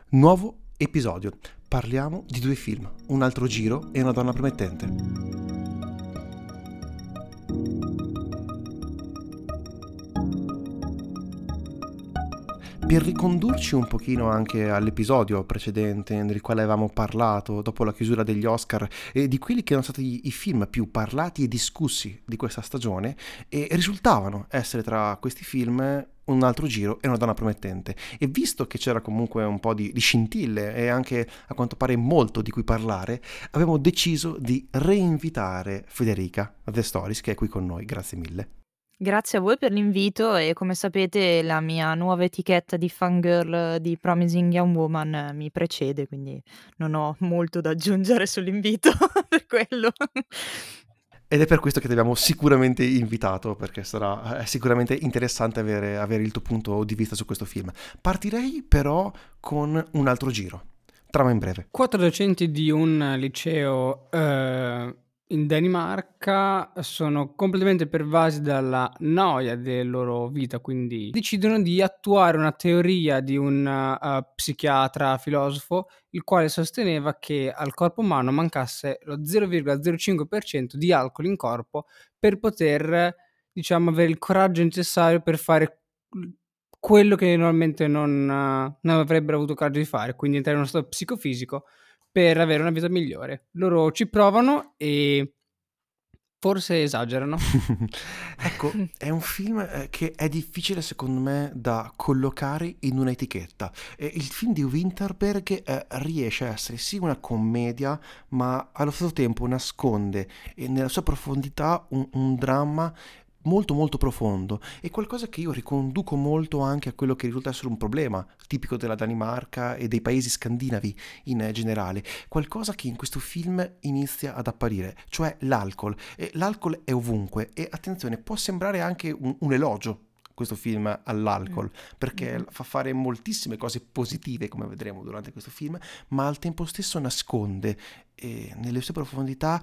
Nuovo episodio. Parliamo di due film, Un altro giro e Una donna promettente. Per ricondurci un pochino anche all'episodio precedente nel quale avevamo parlato dopo la chiusura degli Oscar e di quelli che erano stati i film più parlati e discussi di questa stagione, e risultavano essere tra questi film Un altro giro e Una donna promettente. E visto che c'era comunque un po' di scintille e anche a quanto pare molto di cui parlare, abbiamo deciso di reinvitare Federica The Stories, che è qui con noi. Grazie mille. Grazie a voi per l'invito e come sapete la mia nuova etichetta di fangirl di Promising Young Woman mi precede, quindi non ho molto da aggiungere sull'invito per quello. Ed è per questo che ti abbiamo sicuramente invitato, perché sarà sicuramente interessante avere il tuo punto di vista su questo film. Partirei però con Un altro giro. Trama in breve. 4 docenti di un liceo in Danimarca sono completamente pervasi dalla noia della loro vita, quindi decidono di attuare una teoria di un psichiatra filosofo, il quale sosteneva che al corpo umano mancasse lo 0,05% di alcol in corpo per poter, diciamo, avere il coraggio necessario per fare quello che normalmente non avrebbero avuto coraggio di fare, quindi entrare in uno stato psicofisico per avere una vita migliore. Loro ci provano e forse esagerano. Ecco, è un film che è difficile secondo me da collocare in un'etichetta. Il film di Winterberg riesce a essere sì una commedia, ma allo stesso tempo nasconde nella sua profondità un dramma molto molto profondo, e qualcosa che io riconduco molto anche a quello che risulta essere un problema tipico della Danimarca e dei paesi scandinavi in generale, qualcosa che in questo film inizia ad apparire, cioè l'alcol. L'alcol è ovunque e attenzione, può sembrare anche un elogio questo film all'alcol, perché fa fare moltissime cose positive, come vedremo durante questo film, ma al tempo stesso nasconde nelle sue profondità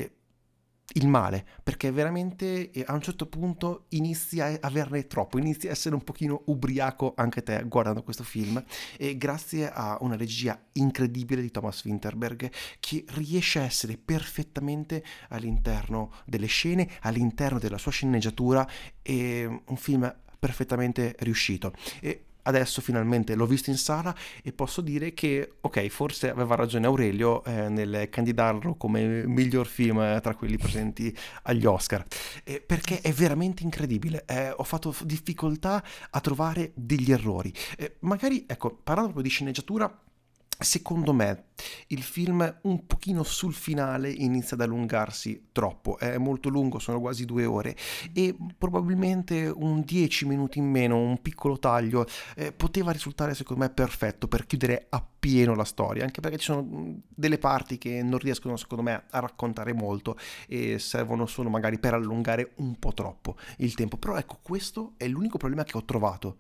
il male, perché veramente a un certo punto inizi a averne troppo, inizi a essere un pochino ubriaco anche te guardando questo film, e grazie a una regia incredibile di Thomas Winterberg che riesce a essere perfettamente all'interno delle scene, all'interno della sua sceneggiatura, e un film perfettamente riuscito. E adesso finalmente l'ho visto in sala e posso dire che, ok, forse aveva ragione Aurelio nel candidarlo come miglior film tra quelli presenti agli Oscar, perché è veramente incredibile. Ho fatto difficoltà a trovare degli errori. Magari, ecco, parlando proprio di sceneggiatura, secondo me il film un pochino sul finale inizia ad allungarsi troppo, è molto lungo, sono quasi 2 ore, e probabilmente un 10 minuti in meno, un piccolo taglio, poteva risultare secondo me perfetto per chiudere appieno la storia, anche perché ci sono delle parti che non riescono secondo me a raccontare molto e servono solo magari per allungare un po' troppo il tempo. Però ecco, questo è l'unico problema che ho trovato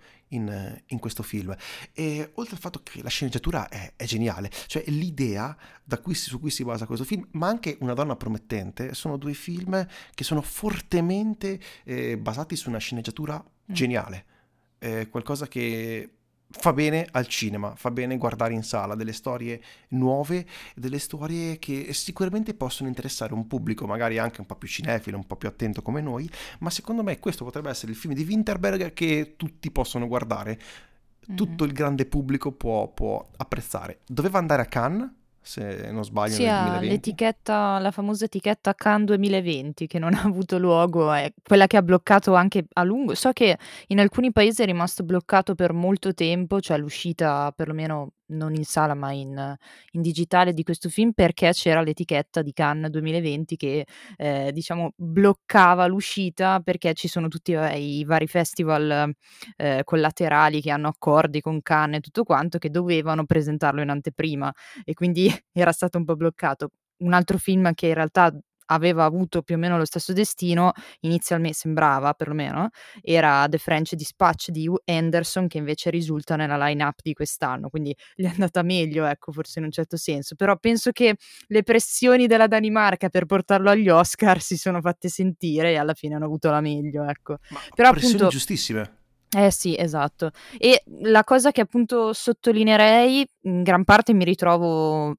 in questo film. E oltre al fatto che la sceneggiatura è geniale, cioè l'idea su cui si basa questo film, ma anche Una donna promettente, sono due film che sono fortemente basati su una sceneggiatura geniale, qualcosa che fa bene al cinema, fa bene guardare in sala delle storie nuove, delle storie che sicuramente possono interessare un pubblico magari anche un po' più cinefilo, un po' più attento come noi, ma secondo me questo potrebbe essere il film di Winterberg che tutti possono guardare, tutto il grande pubblico può apprezzare. Doveva andare a Cannes, se non sbaglio, Sì, nel ha 2020. la famosa etichetta Cannes 2020 che non ha avuto luogo, è quella che ha bloccato anche a lungo. So che in alcuni paesi è rimasto bloccato per molto tempo, cioè l'uscita perlomeno non in sala ma in digitale di questo film, perché c'era l'etichetta di Cannes 2020 che, diciamo bloccava l'uscita, perché ci sono tutti, vabbè, i vari festival, collaterali che hanno accordi con Cannes e tutto quanto, che dovevano presentarlo in anteprima e quindi era stato un po' bloccato. Un altro film che in realtà aveva avuto più o meno lo stesso destino, sembrava perlomeno, era The French Dispatch di Anderson, che invece risulta nella line-up di quest'anno, quindi gli è andata meglio, ecco, forse in un certo senso. Però penso che le pressioni della Danimarca per portarlo agli Oscar si sono fatte sentire e alla fine hanno avuto la meglio, ecco. Ma Però pressioni appunto giustissime. Eh sì, esatto. E la cosa che appunto sottolineerei, in gran parte mi ritrovo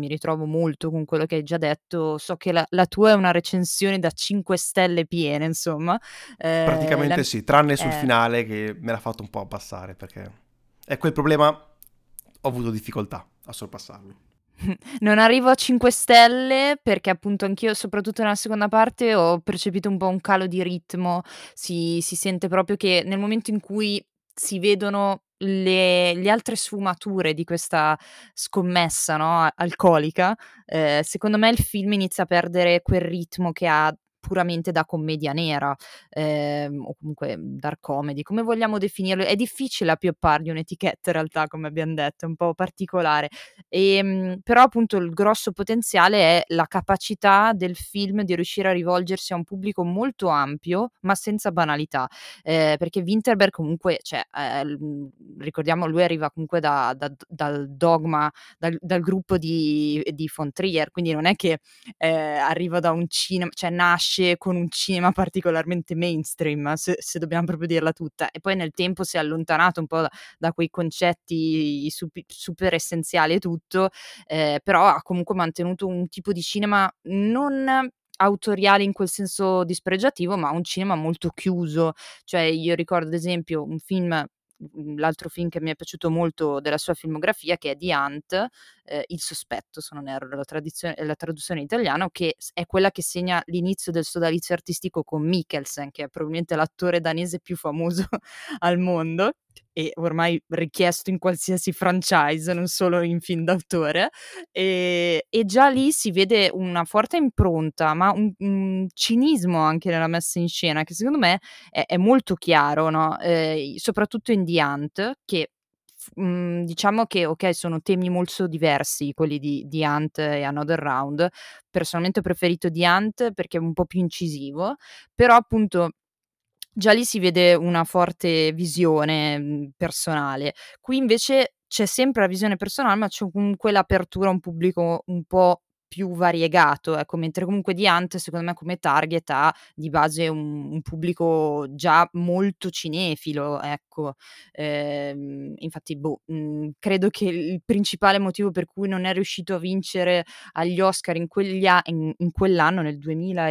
molto con quello che hai già detto. So che la tua è una recensione da 5 stelle piene, insomma. La Praticamente sì, tranne sul eh. finale che me l'ha fatto un po' abbassare perché è quel problema, ho avuto difficoltà a sorpassarlo. Non arrivo a 5 stelle perché appunto anch'io, soprattutto nella seconda parte, ho percepito un po' un calo di ritmo. Si sente proprio che nel momento in cui si vedono le altre sfumature di questa scommessa, no, alcolica, secondo me il film inizia a perdere quel ritmo che ha puramente da commedia nera, o comunque dark comedy, come vogliamo definirlo. È difficile appioppargli un'etichetta in realtà, come abbiam detto, è un po' particolare. Però appunto il grosso potenziale è la capacità del film di riuscire a rivolgersi a un pubblico molto ampio, ma senza banalità. Perché Winterberg comunque, cioè, ricordiamo, lui arriva comunque dal Dogma, dal gruppo di von Trier, quindi non è che, arriva da un cinema, cioè nasce con un cinema particolarmente mainstream, se dobbiam proprio dirla tutta, e poi nel tempo si è allontanato un po' da quei concetti super essenziali e tutto, però ha comunque mantenuto un tipo di cinema non autoriale in quel senso dispregiativo, ma un cinema molto chiuso. Cioè io ricordo ad esempio un film, l'altro film che mi è piaciuto molto della sua filmografia, che è The Hunt, Il sospetto, se non erro la traduzione in italiano, che è quella che segna l'inizio del sodalizio artistico con Mikkelsen, che è probabilmente l'attore danese più famoso al mondo e ormai richiesto in qualsiasi franchise, non solo in film d'autore. E già lì si vede una forte impronta, ma un cinismo anche nella messa in scena che secondo me è molto chiaro, no, soprattutto in The Hunt, che diciamo che okay, sono temi molto diversi quelli di Hunt e Another Round. Personalmente ho preferito The Hunt perché è un po' più incisivo, però appunto già lì si vede una forte visione, personale. Qui invece c'è sempre la visione personale, ma c'è comunque l'apertura a un pubblico un po' più variegato, ecco, mentre comunque The Hunt secondo me come target ha di base un pubblico già molto cinefilo, ecco. Infatti boh, credo che il principale motivo per cui non è riuscito a vincere agli Oscar in quell'anno, nel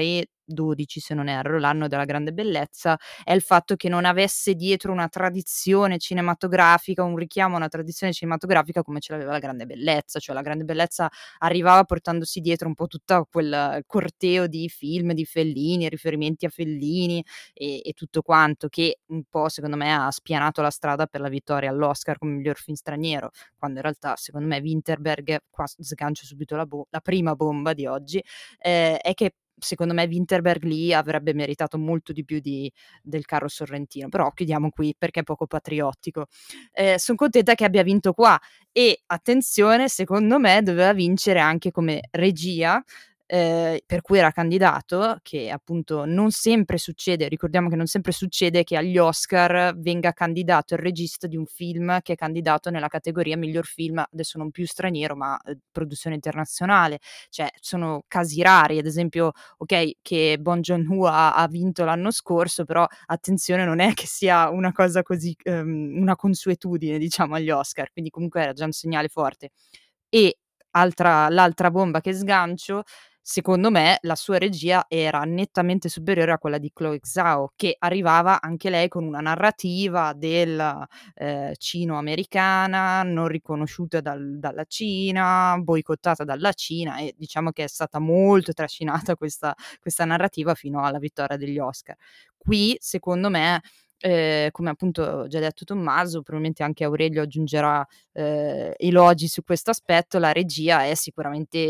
2012 se non erro, l'anno della grande bellezza, è il fatto che non avesse dietro una tradizione cinematografica, un richiamo a una tradizione cinematografica come ce l'aveva La grande bellezza. Cioè La grande bellezza arrivava portandosi dietro un po' tutta quel corteo di film di Fellini, riferimenti a Fellini e tutto quanto, che un po' secondo me ha spianato la strada per la vittoria all'Oscar come miglior film straniero, quando in realtà secondo me Winterberg, qua sgancio subito la prima bomba di oggi, è che secondo me Winterberg lì avrebbe meritato molto di più del Carlo Sorrentino, però chiudiamo qui perché è poco patriottico. Son contenta che abbia vinto qua e attenzione, secondo me doveva vincere anche come regia, per cui era candidato, che appunto non sempre succede, ricordiamo che non sempre succede che agli Oscar venga candidato il regista di un film che è candidato nella categoria miglior film, adesso non più straniero, ma, produzione internazionale. Cioè sono casi rari, ad esempio, okay, che Bong Joon-ho ha vinto l'anno scorso, però attenzione, non è che sia una cosa così, una consuetudine diciamo agli Oscar, quindi comunque era già un segnale forte. E l'altra bomba che sgancio, secondo me la sua regia era nettamente superiore a quella di Chloé Zhao, che arrivava anche lei con una narrativa cino-americana, non riconosciuta dalla Cina, boicottata dalla Cina, e diciamo che è stata molto trascinata questa narrativa fino alla vittoria degli Oscar. Qui secondo me, come appunto già detto Tommaso, probabilmente anche Aurelio aggiungerà elogi su questo aspetto, la regia è sicuramente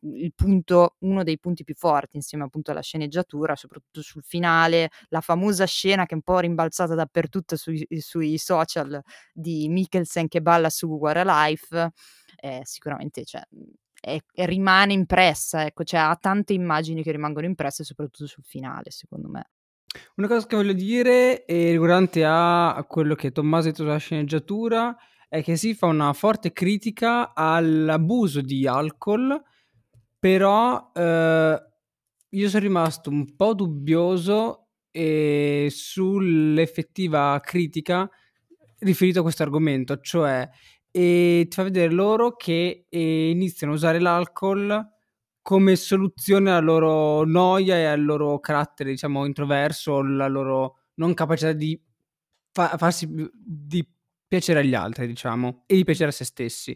uno dei punti più forti, insieme appunto alla sceneggiatura, soprattutto sul finale, la famosa scena che è un po' rimbalzata dappertutto sui social di Mikkelsen che balla su What a Life, sicuramente cioè, rimane impressa, ecco, cioè ha tante immagini che rimangono impresse soprattutto sul finale, secondo me. Una cosa che voglio dire, riguardante a quello che Tommaso ha detto sulla sceneggiatura, è che si fa una forte critica all'abuso di alcol, però io son rimasto un po' dubbioso sull'effettiva critica riferito a questo argomento, cioè ti fa vedere loro che iniziano a usare l'alcol come soluzione alla loro noia e al loro carattere, diciamo, introverso, la loro non capacità di farsi di piacere agli altri, diciamo, e di piacere a se stessi.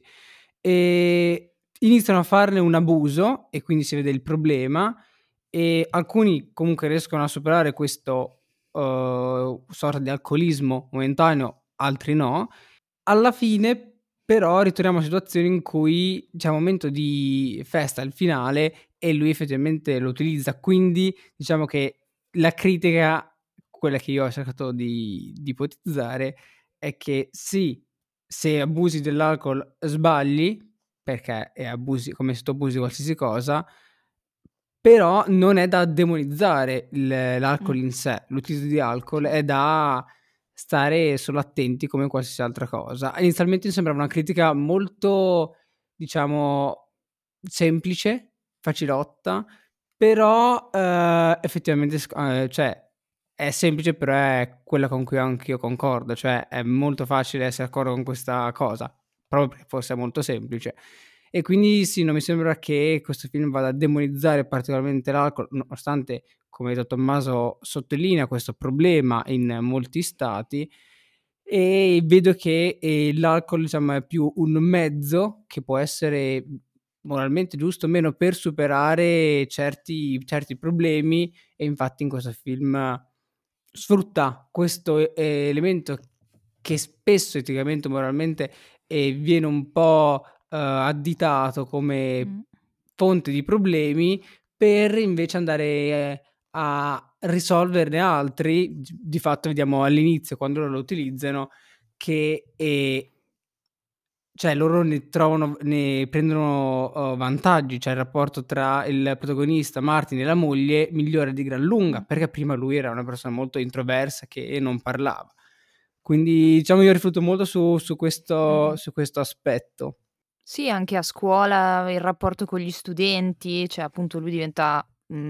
E iniziano a farne un abuso e quindi si vede il problema, e alcuni comunque riescono a superare questo sorta di alcolismo momentaneo, altri no. Alla fine però ritorniamo a situazioni in cui c'è un momento di festa al finale e lui effettivamente lo utilizza, quindi diciamo che la critica, quella che io ho cercato di ipotizzare, è che sì, se abusi dell'alcol sbagli, perché abusi come se tu abusi qualsiasi cosa, però non è da demonizzare l'alcol in sé. L'utilizzo di alcol è da stare solo attenti come qualsiasi altra cosa. Inizialmente mi sembrava una critica molto, diciamo, semplice, facilotta, però effettivamente cioè è semplice, però è quella con cui anch'io concordo, cioè è molto facile essere d'accordo con questa cosa, proprio perché forse è molto semplice. E quindi sì, non mi sembra che questo film vada a demonizzare particolarmente l'alcol, nonostante, come ha detto Tommaso, sottolinea questo problema in molti stati, e vedo che l'alcol, diciamo, è più un mezzo che può essere moralmente giusto o meno per superare certi problemi, e infatti in questo film sfrutta questo elemento che spesso eticamente o moralmente viene un po' additato come fonte di problemi, per invece andare a risolverne altri. Di fatto vediamo all'inizio, quando loro lo utilizzano, che cioè loro ne prendono vantaggi, cioè il rapporto tra il protagonista Martin e la moglie migliora di gran lunga, perché prima lui era una persona molto introversa che non parlava. Quindi diciamo io ho riflettuto molto su questo aspetto. Sì, anche a scuola il rapporto con gli studenti, cioè appunto lui diventa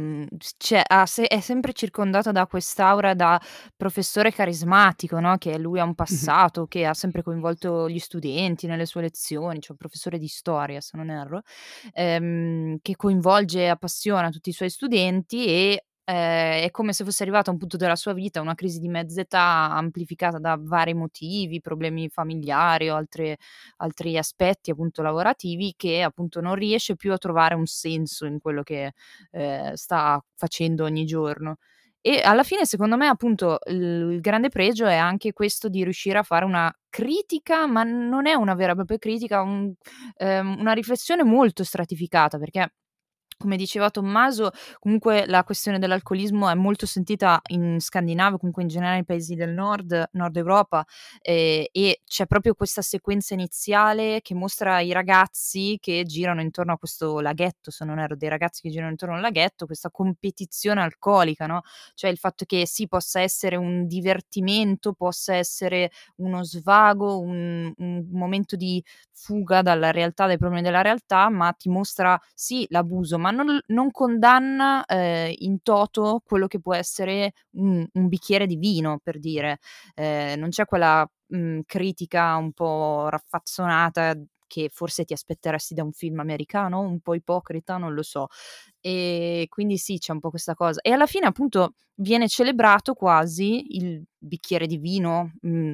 è sempre circondato da quest'aura da professore carismatico, no, che lui ha un passato, che ha sempre coinvolto gli studenti nelle sue lezioni, cioè un professore di storia se non erro, che coinvolge e appassiona tutti i suoi studenti, e è come se fosse arrivato a un punto della sua vita, una crisi di mezz'età amplificata da vari motivi, problemi familiari o altri aspetti appunto lavorativi, che appunto non riesce più a trovare un senso in quello che sta facendo ogni giorno. E alla fine secondo me appunto il grande pregio è anche questo di riuscire a fare una critica, ma non è una vera e propria critica, una riflessione molto stratificata, perché come diceva Tommaso, comunque la questione dell'alcolismo è molto sentita in Scandinavia, comunque in generale nei paesi del Nord Europa, e c'è proprio questa sequenza iniziale che mostra i ragazzi che girano intorno a questo laghetto, se non erro, dei ragazzi che girano intorno al laghetto, questa competizione alcolica, no, cioè il fatto che sì, possa essere un divertimento, possa essere uno svago, un momento di fuga dalla realtà, dai problemi della realtà, ma ti mostra sì l'abuso, ma non condanna in toto quello che può essere un bicchiere di vino, per dire. Non c'è quella critica un po' raffazzonata che forse ti aspetteresti da un film americano, un po' ipocrita, non lo so. E quindi sì, c'è un po' questa cosa. E alla fine appunto viene celebrato quasi il bicchiere di vino,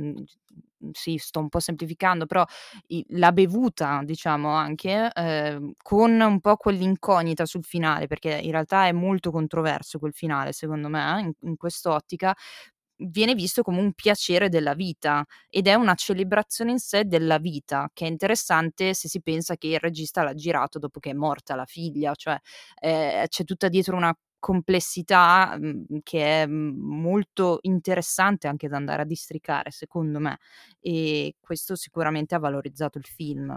sì, sto un po' semplificando, però la bevuta, diciamo, anche, con un po' quell'incognita sul finale, perché in realtà è molto controverso quel finale secondo me, in quest'ottica, viene visto come un piacere della vita, ed è una celebrazione in sé della vita, che è interessante se si pensa che il regista l'ha girato dopo che è morta la figlia, cioè, c'è tutta dietro una complessità, che è, molto interessante anche da andare a districare secondo me, e questo sicuramente ha valorizzato il film.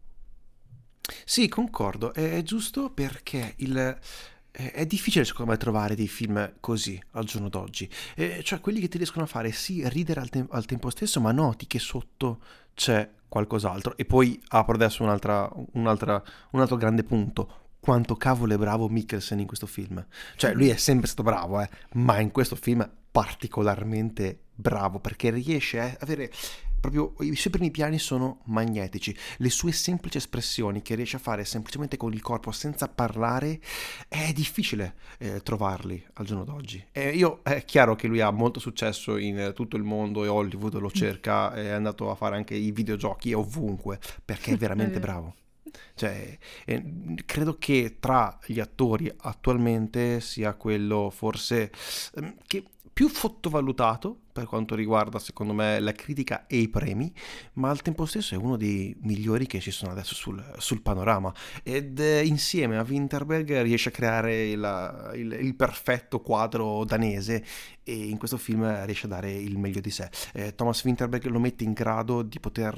Sì, concordo, è giusto perché è difficile secondo me trovare dei film così al giorno d'oggi. Cioè quelli che ti riescono a fare sì ridere al tempo stesso, ma noti che sotto c'è qualcos'altro. E poi apro adesso un altro grande punto. Quanto cavolo è bravo Mikkelsen in questo film. Cioè lui è sempre stato bravo, ma in questo film particolarmente bravo perché riesce a avere proprio i suoi primi piani sono magnetici, le sue semplici espressioni che riesce a fare semplicemente con il corpo senza parlare è difficile trovarli al giorno d'oggi. Io è chiaro che lui ha molto successo in tutto il mondo e Hollywood lo cerca, è andato a fare anche i videogiochi ovunque perché è È veramente vero. bravo. Cioè, credo che tra gli attori attualmente sia quello forse che più sottovalutato per quanto riguarda, secondo me, la critica e i premi, ma al tempo stesso è uno dei migliori che ci sono adesso sul panorama. Ed insieme a Winterberg riesce a creare il perfetto quadro danese e in questo film riesce a dare il meglio di sé. Thomas Winterberg lo mette in grado di poter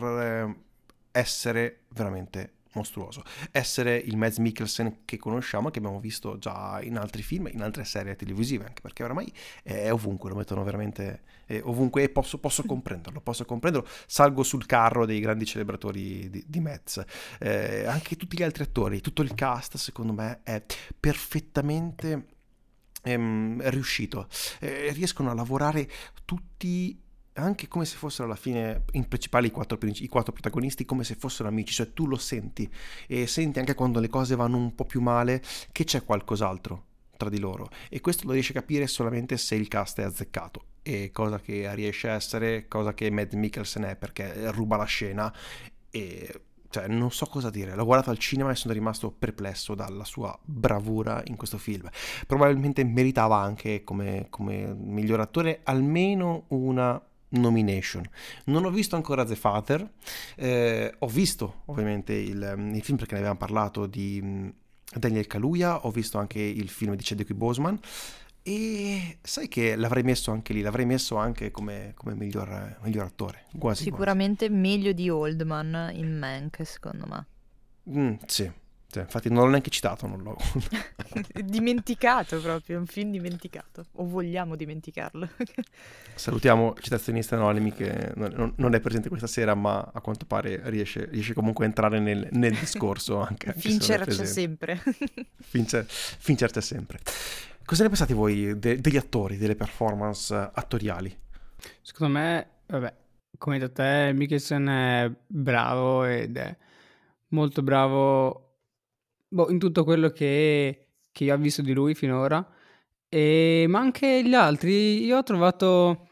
essere veramente mostruoso, essere il Mads Mikkelsen che conosciamo, che abbiamo visto già in altri film, in altre serie televisive, anche perché oramai è ovunque, lo mettono veramente ovunque e posso comprenderlo, salgo sul carro dei grandi celebratori di Mads. Anche tutti gli altri attori, tutto il cast secondo me è perfettamente riuscito. Riescono a lavorare tutti anche come se fossero alla fine in principale i quattro protagonisti come se fossero amici, cioè tu lo senti e senti anche quando le cose vanno un po' più male che c'è qualcos'altro tra di loro e questo lo riesci a capire solamente se il cast è azzeccato e cosa che riesce a essere, cosa che Matt Mikkelsen è perché ruba la scena e cioè, non so cosa dire, l'ho guardato al cinema e sono rimasto perplesso dalla sua bravura in questo film. Probabilmente meritava anche come miglior attore almeno una nomination. Non ho visto ancora The Father, ho visto ovviamente il film perché ne avevamo parlato di Daniel Kaluuya, ho visto anche il film di Chadwick Boseman e sai che l'avrei messo anche lì, l'avrei messo anche come miglior attore, quasi quasi. Sicuramente meglio di Oldman in Mank, secondo me. Sì, sì, infatti non l'ho neanche citato, non l'ho. Dimenticato proprio, è un film dimenticato. O vogliamo dimenticarlo. Salutiamo Citazionista Anonimi che non è presente questa sera, ma a quanto pare riesce comunque a entrare nel discorso anche se non è Fincher c'è presente. sempre. Fincher c'è sempre. Cosa ne pensate voi degli attori, delle performance attoriali? Secondo me, vabbè, come hai detto te, Mikkelsen è bravo ed è molto bravo in tutto quello che io ho visto di lui finora. Ma anche gli altri, io ho trovato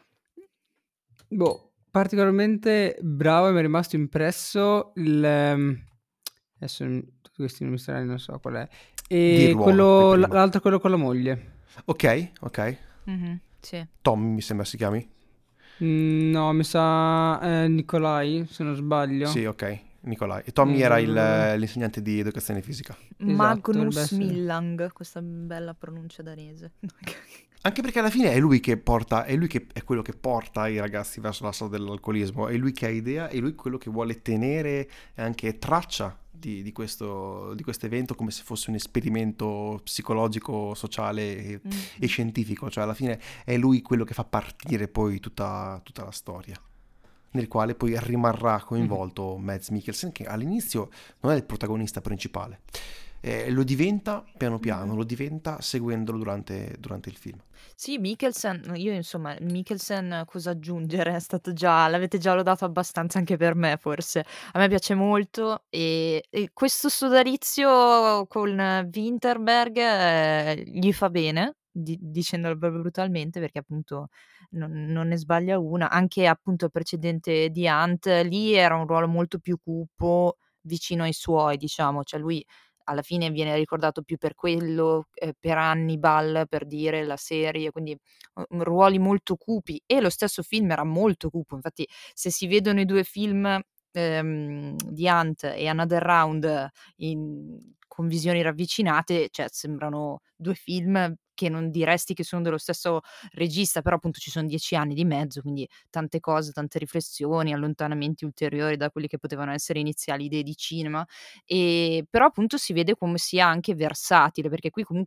particolarmente bravo e mi è rimasto impresso adesso tutti questi nomi strani non so qual è. Di E ruolo, per primo. l'altro quello con la moglie. Ok. Mhm, sì. Tom mi sembra si chiami? No, mi sa Nicolai, se non sbaglio. Sì, ok, Nicolai. E Tommy era Dovrebbe- l'insegnante di educazione fisica. Esatto, dovrebbe Magnus essere. Millang, questa bella pronuncia danese. Anche perché alla fine è lui che porta, è lui che è quello che porta i ragazzi verso la strada dell'alcolismo, è lui che ha idea, è lui quello che vuole tenere anche traccia di questo evento come se fosse un esperimento psicologico, sociale e scientifico, cioè alla fine è lui quello che fa partire poi tutta la storia, nel quale poi rimarrà coinvolto Mads Mikkelsen che all'inizio non è il protagonista principale. Lo diventa piano piano, lo diventa seguendolo durante il film. Sì, Mikkelsen, io insomma, Mikkelsen cosa aggiungere? È stato già, l'avete già lodato abbastanza anche per me, forse. A me piace molto e questo sodalizio con Winterberg gli fa bene, dicendolo proprio brutalmente, perché appunto non ne sbaglia una. Anche appunto il precedente di Hunt, lì era un ruolo molto più cupo, vicino ai suoi, diciamo, cioè lui alla fine viene ricordato più per quello, per Hannibal, per dire, la serie, quindi, ruoli molto cupi e lo stesso film era molto cupo. Infatti se si vedono i 2 film, di Hunt e Another Round con visioni ravvicinate, cioè sembrano 2 film che non diresti che sono dello stesso regista, però appunto ci son 10 anni di mezzo, quindi tante cose, tante riflessioni, allontanamenti ulteriori da quelli che potevano essere iniziali idee di cinema. Però appunto si vede come sia anche versatile, perché qui comunque,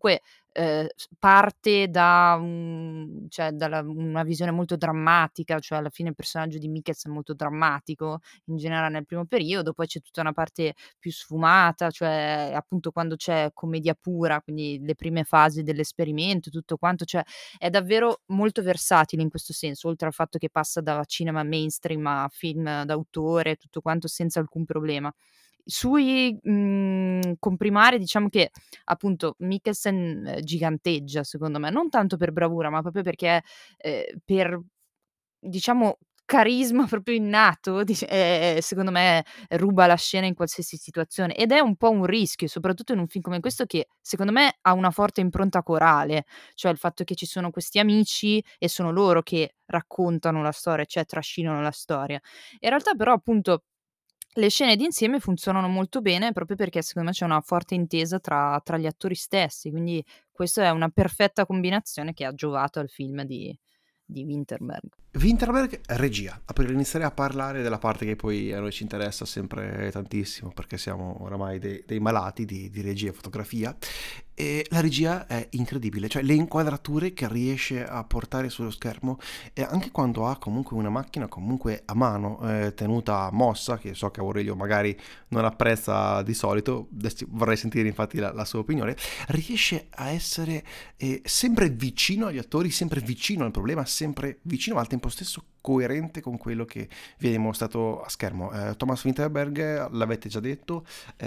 parte da cioè dalla una visione molto drammatica, cioè alla fine il personaggio di Mikkelsen è molto drammatico in generale nel primo periodo, poi c'è tutta una parte più sfumata, cioè appunto quando c'è commedia pura, quindi le prime fasi dell'esperimento, tutto quanto, cioè è davvero molto versatile in questo senso, oltre al fatto che passa da cinema mainstream a film d'autore, tutto quanto senza alcun problema. Sui, comprimari diciamo che appunto Mikkelsen, giganteggia secondo me, non tanto per bravura, ma proprio perché, per diciamo carisma proprio innato, secondo me ruba la scena in qualsiasi situazione ed è un po' un rischio, soprattutto in un film come questo che secondo me ha una forte impronta corale, cioè il fatto che ci sono questi amici e sono loro che raccontano la storia, cioè trascinano la storia. In realtà però appunto le scene d'insieme funzionano molto bene proprio perché secondo me c'è una forte intesa tra gli attori stessi, quindi questo è una perfetta combinazione che ha giovato al film di Winterberg. Winterberg, regia. Inizierei a parlare della parte che poi a noi ci interessa sempre tantissimo, perché siamo oramai dei malati di regia e fotografia. E la regia è incredibile, cioè le inquadrature che riesce a portare sullo schermo, e anche quando ha comunque una macchina comunque a mano, tenuta mossa, che so che Aurelio magari non apprezza di solito, adesso vorrei sentire infatti la sua opinione, riesce a essere sempre vicino agli attori, sempre vicino al problema, sempre vicino, ma al tempo stesso coerente con quello che viene mostrato a schermo. Thomas Winterberg, l'avete già detto,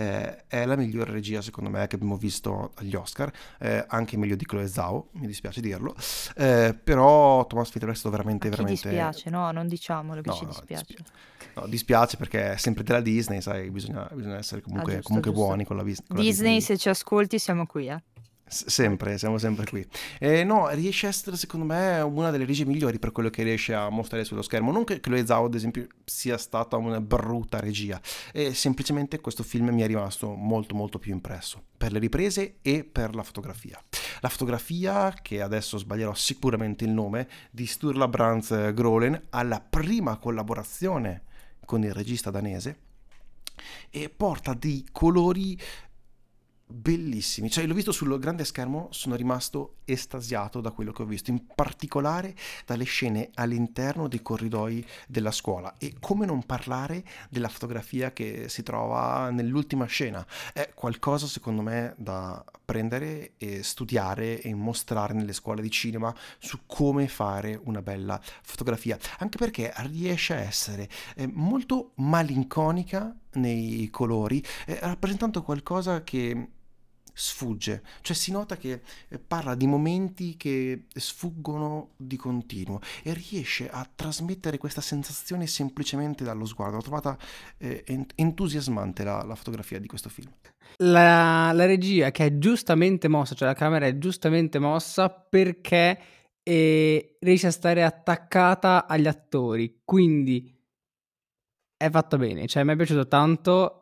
è la migliore regia secondo me che abbiamo visto agli Oscar, anche meglio di Chloe Zhao, mi dispiace dirlo, però Thomas Winterberg è stato veramente, A chi veramente... dispiace? No, non diciamolo che No, ci no, dispiace. no, dispiace perché è sempre della Disney, sai, bisogna essere Ah, comunque, giusto, comunque giusto. buoni con la Disney, Disney. se ci ascolti siamo qui, Sempre, siamo sempre qui. No, riesce a essere secondo me una delle regie migliori per quello che riesce a mostrare sullo schermo. Non che Chloe Zhao, ad esempio, sia stata una brutta regia, semplicemente questo film mi è rimasto molto molto più impresso per le riprese e per la fotografia. La fotografia, che adesso sbaglierò sicuramente il nome, di Sturla Brands Grolen, alla prima collaborazione con il regista danese, e porta dei colori bellissimi, cioè l'ho visto sul grande schermo, sono rimasto estasiato da quello che ho visto, in particolare dalle scene all'interno dei corridoi della scuola. E come non parlare della fotografia che si trova nell'ultima scena, è qualcosa secondo me da prendere e studiare e mostrare nelle scuole di cinema su come fare una bella fotografia, anche perché riesce a essere molto malinconica nei colori, rappresentando qualcosa che sfugge, cioè si nota che parla di momenti che sfuggono di continuo e riesce a trasmettere questa sensazione semplicemente dallo sguardo. L'ho trovata entusiasmante la fotografia di questo film. La regia che è giustamente mossa, cioè la camera è giustamente mossa perché riesce a stare attaccata agli attori, quindi è fatta bene, cioè mi è piaciuto tanto,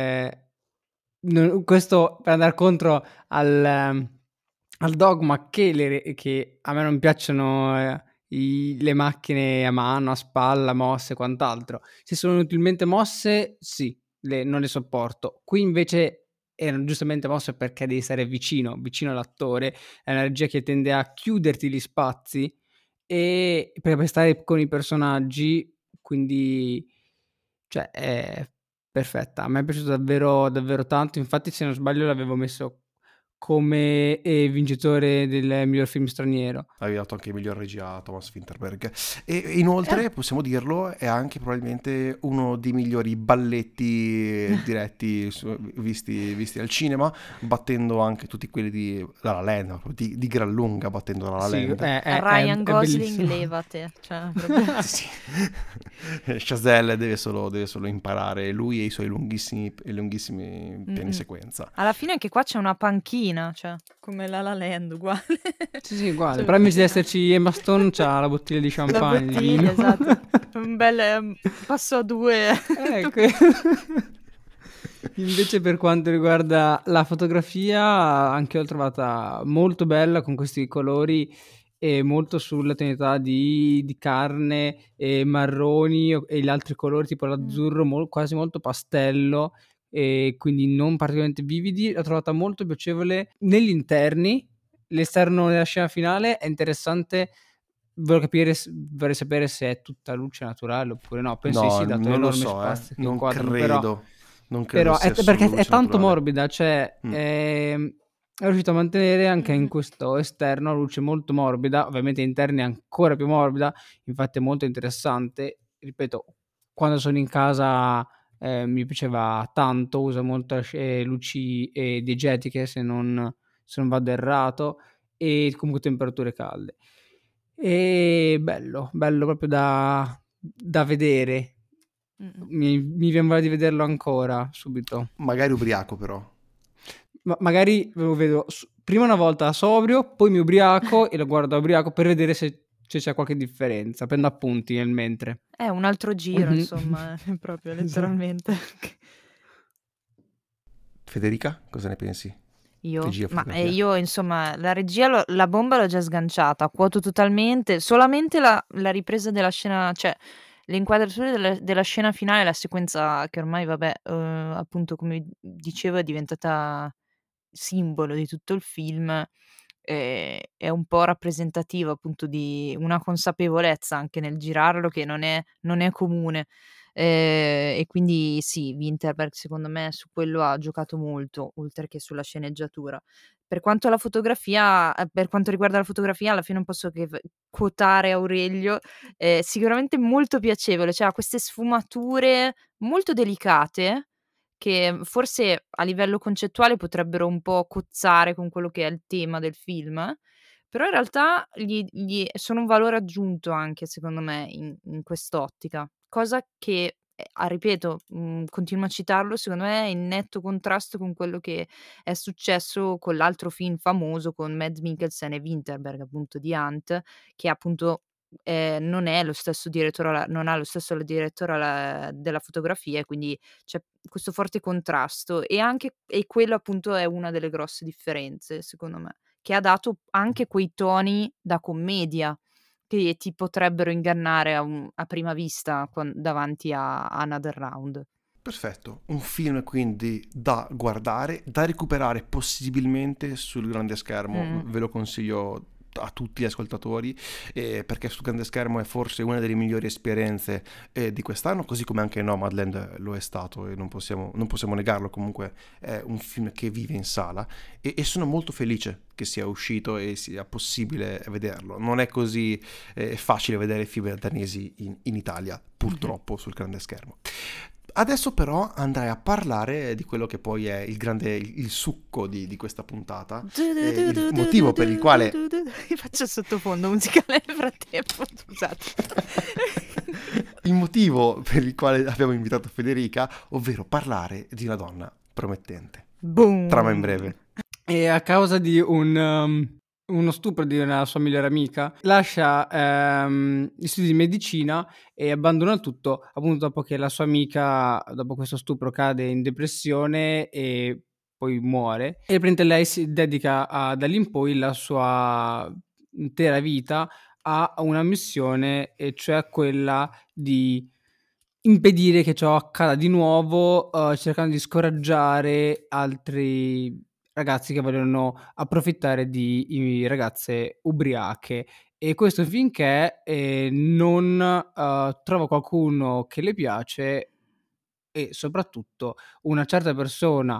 questo per andare contro al dogma che a me non piacciono le macchine a mano, a spalla, mosse e quant'altro. Se sono inutilmente mosse, sì, non le sopporto. Qui invece erano giustamente mosse perché devi stare vicino all'attore, è una regia che tende a chiuderti gli spazi e per stare con i personaggi, quindi cioè è perfetta. A me è piaciuto davvero, davvero tanto. Infatti, se non sbaglio, l'avevo messo come vincitore del miglior film straniero. Avevi dato anche il miglior regia a Thomas Winterberg. E inoltre, possiamo dirlo, è anche probabilmente uno dei migliori balletti diretti visti al cinema, battendo anche tutti quelli di La La Land, di gran lunga battendo La La Sì, Land. Ryan è Gosling, bellissimo. levate, cioè proprio Sì, sì. Chazelle deve solo imparare, lui e i suoi lunghissimi piani sequenza. alla fine anche qua c'è una panchina, cioè come La La Land, uguale. Sì, uguale. Cioè, Però invece di esserci Emma Stone c'ha la bottiglia di la champagne, di bottiglia, vino. esatto. Un bel passo a due. Ecco. Invece per quanto riguarda la fotografia, anche io l'ho trovata molto bella con questi colori e molto sulla tonalità di carne e marroni e gli altri colori tipo l'azzurro quasi molto pastello e quindi non particolarmente vividi. L'ho trovata molto piacevole negli interni, l'esterno della scena finale è interessante. Vorrei sapere se è tutta luce naturale oppure no. Penso di No, sì, dato non lo l'enorme so, spazio che non inquadrano, però credo. Non credo sia solo perché è luce tanto naturale. morbida, cioè Mm. è riuscito a mantenere anche in questo esterno luce molto morbida, ovviamente interni ancora più morbida, infatti è molto interessante. Ripeto, quando sono in casa mi piaceva tanto, uso molto luci diegetiche se non vado errato, e comunque temperature calde. E bello proprio da vedere. Mi viene voglia di vederlo ancora subito. Magari ubriaco però. Magari lo vedo prima una volta sobrio, poi mi ubriaco e lo guardo ubriaco per vedere se c'è qualche differenza. Prendo appunti nel mentre. È un altro giro, Mhm. insomma, proprio Esatto. letteralmente. Federica, cosa ne pensi? Io? Regia, Ma fotografia. io, insomma, la regia, la bomba l'ho già sganciata, quoto totalmente, solamente la ripresa della scena, cioè le inquadrature della scena finale, la sequenza che ormai, vabbè, appunto, come dicevo, è diventata simbolo di tutto il film, è un po' rappresentativa appunto di una consapevolezza anche nel girarlo che non è comune. E quindi sì, Winterberg secondo me su quello ha giocato molto, oltre che sulla sceneggiatura. Per quanto riguarda la fotografia, alla fine non posso che quotare Aurelio, sicuramente molto piacevole, cioè ha queste sfumature molto delicate che forse a livello concettuale potrebbero un po' cozzare con quello che è il tema del film, però in realtà gli sono un valore aggiunto anche secondo me in quest'ottica, cosa che, ripeto, continuo a citarlo, secondo me è in netto contrasto con quello che è successo con l'altro film famoso con Mads Mikkelsen e Winterberg, appunto di Hunt, che appunto, non è lo stesso direttore non ha lo stesso direttore della fotografia e quindi c'è questo forte contrasto e quello appunto è una delle grosse differenze secondo me, che ha dato anche quei toni da commedia che ti potrebbero ingannare a prima vista davanti a Another Round. Perfetto, un film quindi da guardare, da recuperare possibilmente sul grande schermo, ve lo consiglio a tutti gli ascoltatori, perché sul grande schermo è forse una delle migliori esperienze di quest'anno, così come anche Nomadland lo è stato e non possiamo negarlo. Comunque è un film che vive in sala e sono molto felice che sia uscito e sia possibile vederlo. Non è così facile vedere film danesi in Italia, purtroppo, sul grande schermo. Adesso però andrai a parlare di quello che poi è il succo di questa puntata, il motivo per il quale... Faccio il sottofondo musicale nel frattempo, scusate. Il motivo per il quale abbiamo invitato Federica, ovvero parlare di una donna promettente. Boom. Trama in breve. E a causa di uno stupro di una sua migliore amica, lascia gli studi di medicina e abbandona tutto, appunto dopo che la sua amica, dopo questo stupro, cade in depressione e poi muore. E lei si dedica da lì in poi la sua intera vita a una missione, e cioè quella di impedire che ciò accada di nuovo, cercando di scoraggiare altri ragazzi che vogliono approfittare di ragazze ubriache. E questo finché non trova qualcuno che le piace, e soprattutto una certa persona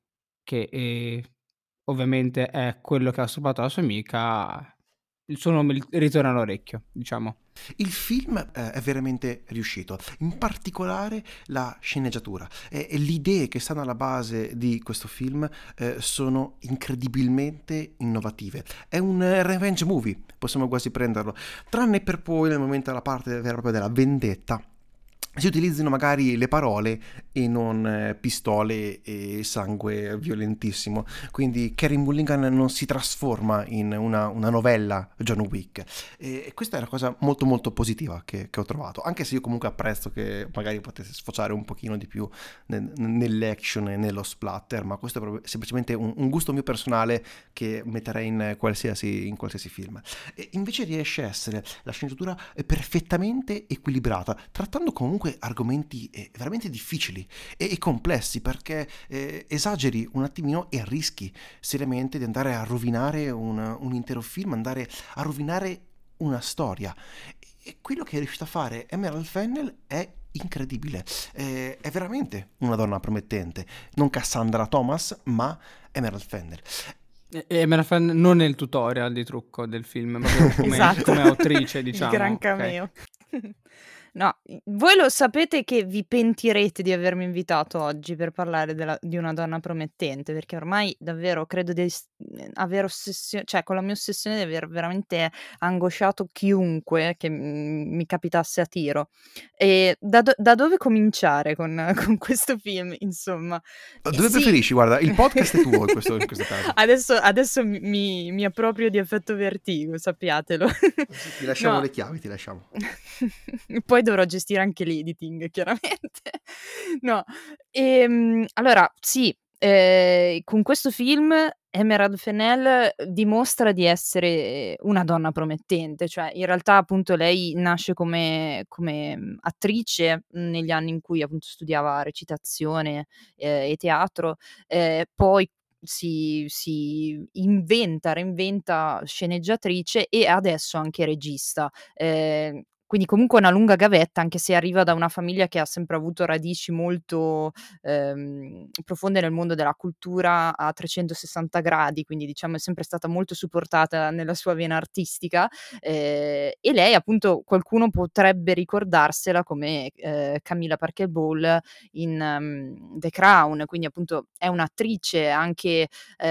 che ovviamente è quello che ha stuprato la sua amica, il suo nome ritorna all'orecchio, diciamo. Il film è veramente riuscito, in particolare la sceneggiatura e le idee che stanno alla base di questo film sono incredibilmente innovative. È un revenge movie, possiamo quasi prenderlo, tranne per poi nel momento della parte vera e propria della vendetta si utilizzino magari le parole e non pistole e sangue violentissimo. Quindi Carey Mulligan non si trasforma in una novella John Wick, e questa è una cosa molto molto positiva che ho trovato, anche se io comunque apprezzo che magari potesse sfociare un pochino di più nell'action e nello splatter, ma questo è proprio semplicemente un gusto mio personale che metterei in qualsiasi film. E invece riesce a essere la sceneggiatura perfettamente equilibrata, trattando comunque comunque argomenti veramente difficili e complessi, perché esageri un attimino e rischi seriamente di andare a rovinare un intero film, andare a rovinare una storia. E quello che è riuscita a fare Emerald Fennell è incredibile. È veramente una donna promettente, non Cassandra Thomas, ma Emerald Fennell. E me la fa non nel tutorial di trucco del film, ma proprio come, Esatto. come autrice, Il diciamo. gran ok. cameo. No, voi lo sapete che vi pentirete di avermi invitato oggi per parlare di una donna promettente, perché ormai davvero credo di avere ossessione, cioè con la mia ossessione di aver veramente angosciato chiunque che mi capitasse a tiro. E da dove cominciare con questo film, insomma? Dove Sì. preferisci? Guarda, il podcast è tuo in questo caso. Adesso mi approprio di effetto vertigo, sappiatelo. Sì, ti lasciamo No. le chiavi, ti lasciamo. Poi dovrò gestire anche l'editing, chiaramente. No, allora sì, con questo film Emerald Fennell dimostra di essere una donna promettente, cioè in realtà appunto lei nasce come attrice negli anni in cui appunto studiava recitazione e teatro, poi reinventa sceneggiatrice e adesso anche regista. Quindi comunque una lunga gavetta, anche se arriva da una famiglia che ha sempre avuto radici molto profonde nel mondo della cultura a 360 gradi, quindi diciamo è sempre stata molto supportata nella sua vena artistica, e lei appunto qualcuno potrebbe ricordarsela come Camilla Parker Bowles in The Crown, quindi appunto è un'attrice anche,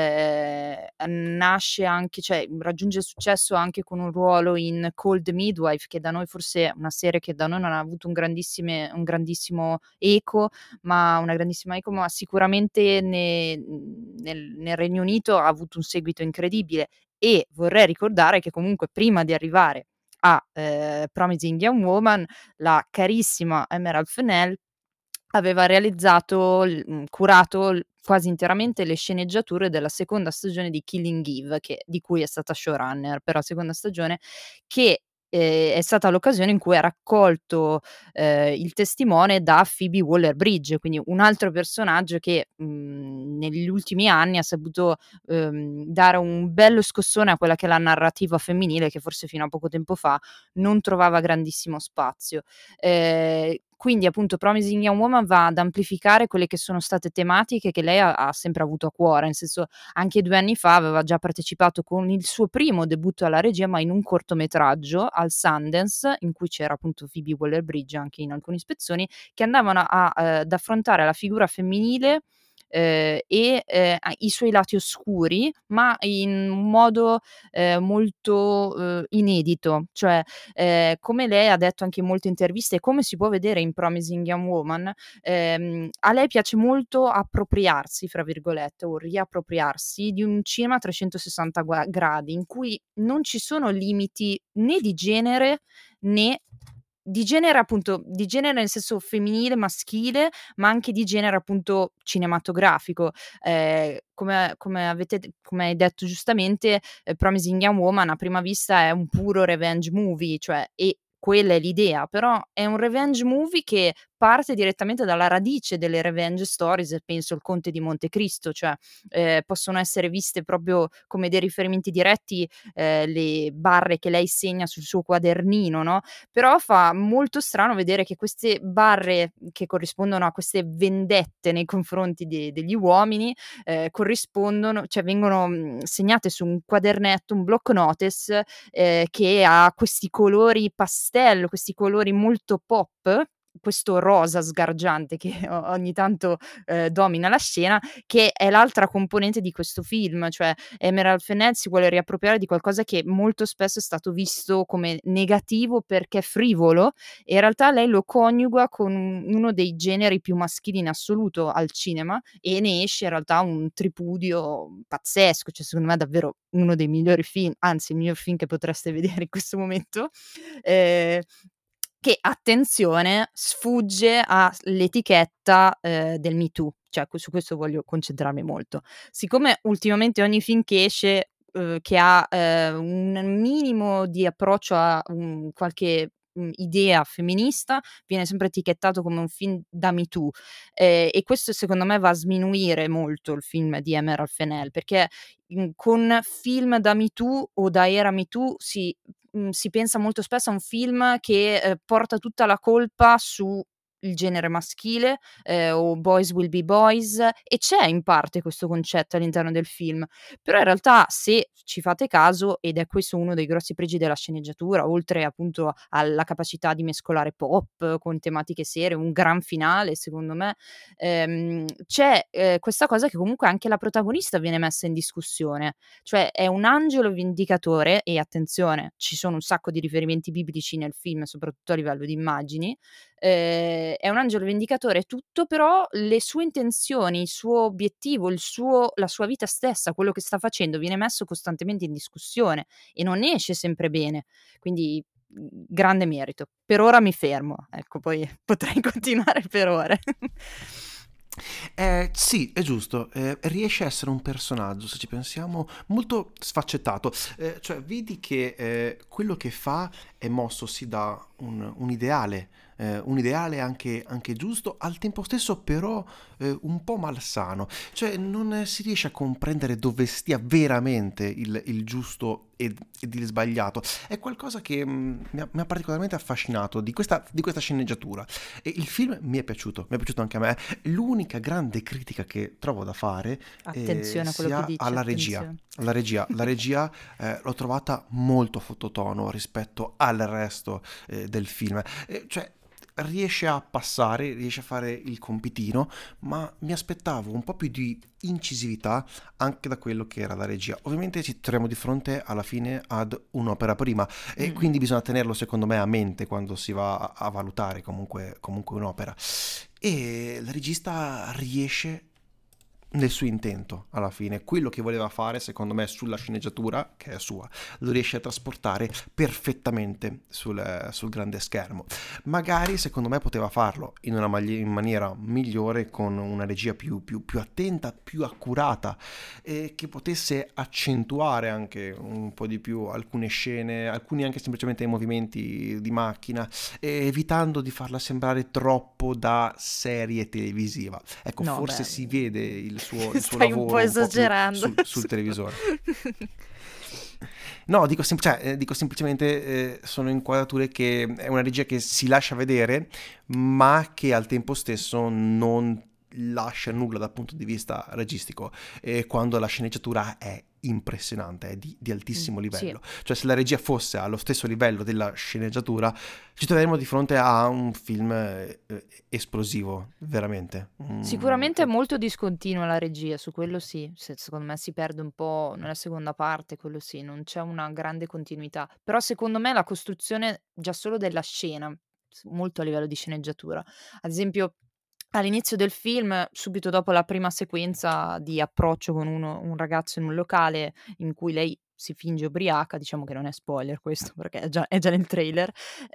nasce anche, cioè raggiunge successo anche con un ruolo in Cold Midwife, che da noi forse è una serie che da noi non ha avuto un grandissimo eco, ma sicuramente nel Regno Unito ha avuto un seguito incredibile. E vorrei ricordare che comunque prima di arrivare a Promising Young Woman, la carissima Emerald Fennell aveva curato quasi interamente le sceneggiature della seconda stagione di Killing Eve, di cui è stata showrunner per la seconda stagione, che è stata l'occasione in cui ha raccolto il testimone da Phoebe Waller-Bridge, quindi un altro personaggio che negli ultimi anni ha saputo dare un bello scossone a quella che è la narrativa femminile, che forse fino a poco tempo fa non trovava grandissimo spazio. Quindi appunto Promising Young Woman va ad amplificare quelle che sono state tematiche che lei ha sempre avuto a cuore, nel senso anche 2 anni fa aveva già partecipato con il suo primo debutto alla regia, ma in un cortometraggio al Sundance, in cui c'era appunto Phoebe Waller-Bridge anche in alcuni spezzoni, che andavano ad affrontare la figura femminile e i suoi lati oscuri, ma in un modo molto inedito, cioè come lei ha detto anche in molte interviste, come si può vedere in Promising Young Woman, a lei piace molto "appropriarsi", fra virgolette, o riappropriarsi di un cinema a 360 gradi, in cui non ci sono limiti né di genere né di genere, appunto, di genere nel senso femminile, maschile, ma anche di genere appunto cinematografico. Come hai detto giustamente, Promising Young Woman a prima vista è un puro revenge movie, cioè, e quella è l'idea, però è un revenge movie che parte direttamente dalla radice delle revenge stories, penso Il Conte di Montecristo, cioè possono essere viste proprio come dei riferimenti diretti le barre che lei segna sul suo quadernino, no, però fa molto strano vedere che queste barre che corrispondono a queste vendette nei confronti degli uomini, corrispondono, cioè vengono segnate su un quadernetto, un block notice, che ha questi colori pastello, questi colori molto pop, questo rosa sgargiante che ogni tanto domina la scena, che è l'altra componente di questo film, cioè Emerald Fennell si vuole riappropriare di qualcosa che molto spesso è stato visto come negativo perché frivolo, e in realtà lei lo coniuga con uno dei generi più maschili in assoluto al cinema, e ne esce in realtà un tripudio pazzesco, cioè secondo me è davvero uno dei migliori film, anzi il miglior film che potreste vedere in questo momento, che, attenzione, sfugge all'etichetta del Me Too, cioè su questo voglio concentrarmi molto. Siccome ultimamente ogni film che esce, che ha un minimo di approccio a qualche idea femminista viene sempre etichettato come un film da Me Too, e questo secondo me va a sminuire molto il film di Emerald Fennell, perché con film da Me Too o da era Me Too si pensa molto spesso a un film che, porta tutta la colpa su il genere maschile, o Boys Will Be Boys, e c'è in parte questo concetto all'interno del film. Però in realtà, se ci fate caso, ed è questo uno dei grossi pregi della sceneggiatura, oltre appunto alla capacità di mescolare pop con tematiche serie, un gran finale secondo me, c'è, questa cosa che comunque anche la protagonista viene messa in discussione. Cioè è un angelo vendicatore, e attenzione, ci sono un sacco di riferimenti biblici nel film, soprattutto a livello di immagini. È un angelo vendicatore e tutto, però le sue intenzioni, il suo obiettivo, la sua vita stessa, quello che sta facendo viene messo costantemente in discussione e non ne esce sempre bene. Quindi, grande merito. Per ora mi fermo, ecco, poi potrei continuare per ore. Sì, è giusto, riesce a essere un personaggio, se ci pensiamo, molto sfaccettato. Cioè, vedi che quello che fa è mosso sì da un ideale anche giusto, al tempo stesso però un po' malsano. Cioè, non si riesce a comprendere dove stia veramente il giusto ed il sbagliato. È qualcosa che mi ha particolarmente affascinato di questa sceneggiatura. E il film mi è piaciuto anche a me. L'unica grande critica che trovo da fare Attenzione a quello che sia dici, alla regia. attenzione. La regia l'ho trovata molto sottotono rispetto al resto del film. Cioè, riesce a passare, riesce a fare il compitino, ma mi aspettavo un po' più di incisività anche da quello che era la regia. Ovviamente ci troviamo di fronte alla fine ad un'opera prima e Mh-mh. quindi bisogna tenerlo secondo me a mente quando si va a valutare comunque un'opera. E il regista riesce nel suo intento alla fine, quello che voleva fare secondo me sulla sceneggiatura, che è sua, lo riesce a trasportare perfettamente sul grande schermo. Magari secondo me poteva farlo in maniera migliore, con una regia più attenta, più accurata, e che potesse accentuare anche un po' di più alcune scene, alcuni anche semplicemente movimenti di macchina, evitando di farla sembrare troppo da serie televisiva. Ecco, No, forse beh, si vede il suo stai un po' lavoro un po' più esagerando. sul televisore. No, dico semplicemente, sono inquadrature che è una regia che si lascia vedere, ma che al tempo stesso non lascia nulla dal punto di vista registico, quando la sceneggiatura è impressionante, è di altissimo Sì. livello. Cioè, se la regia fosse allo stesso livello della sceneggiatura, ci troveremmo di fronte a un film esplosivo, veramente. Sicuramente è molto discontinua la regia, su quello sì, secondo me si perde un po' nella seconda parte, quello sì, non c'è una grande continuità. Però secondo me la costruzione già solo della scena, molto a livello di sceneggiatura. Ad esempio, all'inizio del film, subito dopo la prima sequenza di approccio con un ragazzo in un locale in cui lei si finge ubriaca, diciamo che non è spoiler questo perché è già nel trailer.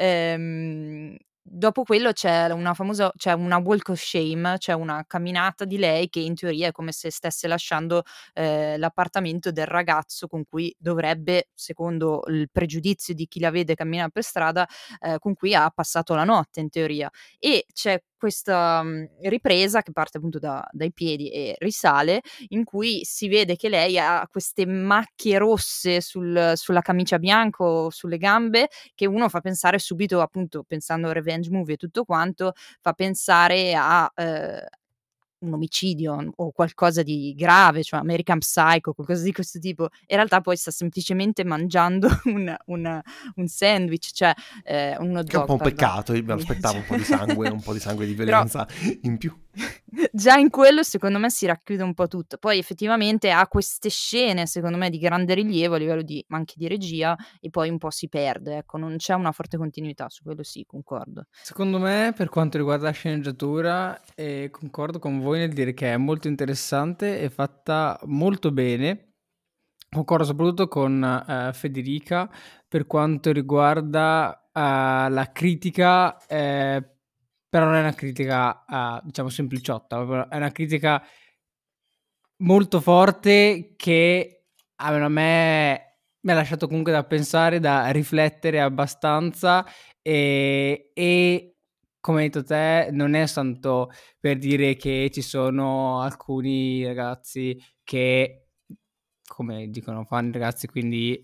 Dopo quello c'è una walk of shame, c'è una camminata di lei che in teoria è come se stesse lasciando, l'appartamento del ragazzo con cui dovrebbe, secondo il pregiudizio di chi la vede camminare per strada, con cui ha passato la notte in teoria. E c'è questa, ripresa che parte appunto dai piedi e risale, in cui si vede che lei ha queste macchie rosse sulla camicia bianca o sulle gambe, che uno fa pensare subito, appunto, pensando a revenge movie e tutto quanto, fa pensare a, un omicidio o qualcosa di grave, cioè American Psycho, qualcosa di questo tipo. In realtà poi sta semplicemente mangiando un sandwich, cioè, un hot Che è un po' dog, un pardon. peccato, io mi Quindi aspettavo un po' di sangue e di però violenza in più. già in quello secondo me si racchiude un po' tutto. Poi effettivamente ha queste scene, secondo me, di grande rilievo a livello di ma anche di regia, e poi un po' si perde, ecco, non c'è una forte continuità, su quello sì, concordo. Secondo me, per quanto riguarda la sceneggiatura, concordo con voi nel dire che è molto interessante e fatta molto bene. Concordo soprattutto con Federica per quanto riguarda la critica, però non è una critica, diciamo sempliciotta, proprio è una critica molto forte che almeno a me mi ha lasciato comunque da pensare, da riflettere abbastanza, E come hai detto te, non è tanto per dire che ci sono alcuni ragazzi che, come dicono, fanno i ragazzi, quindi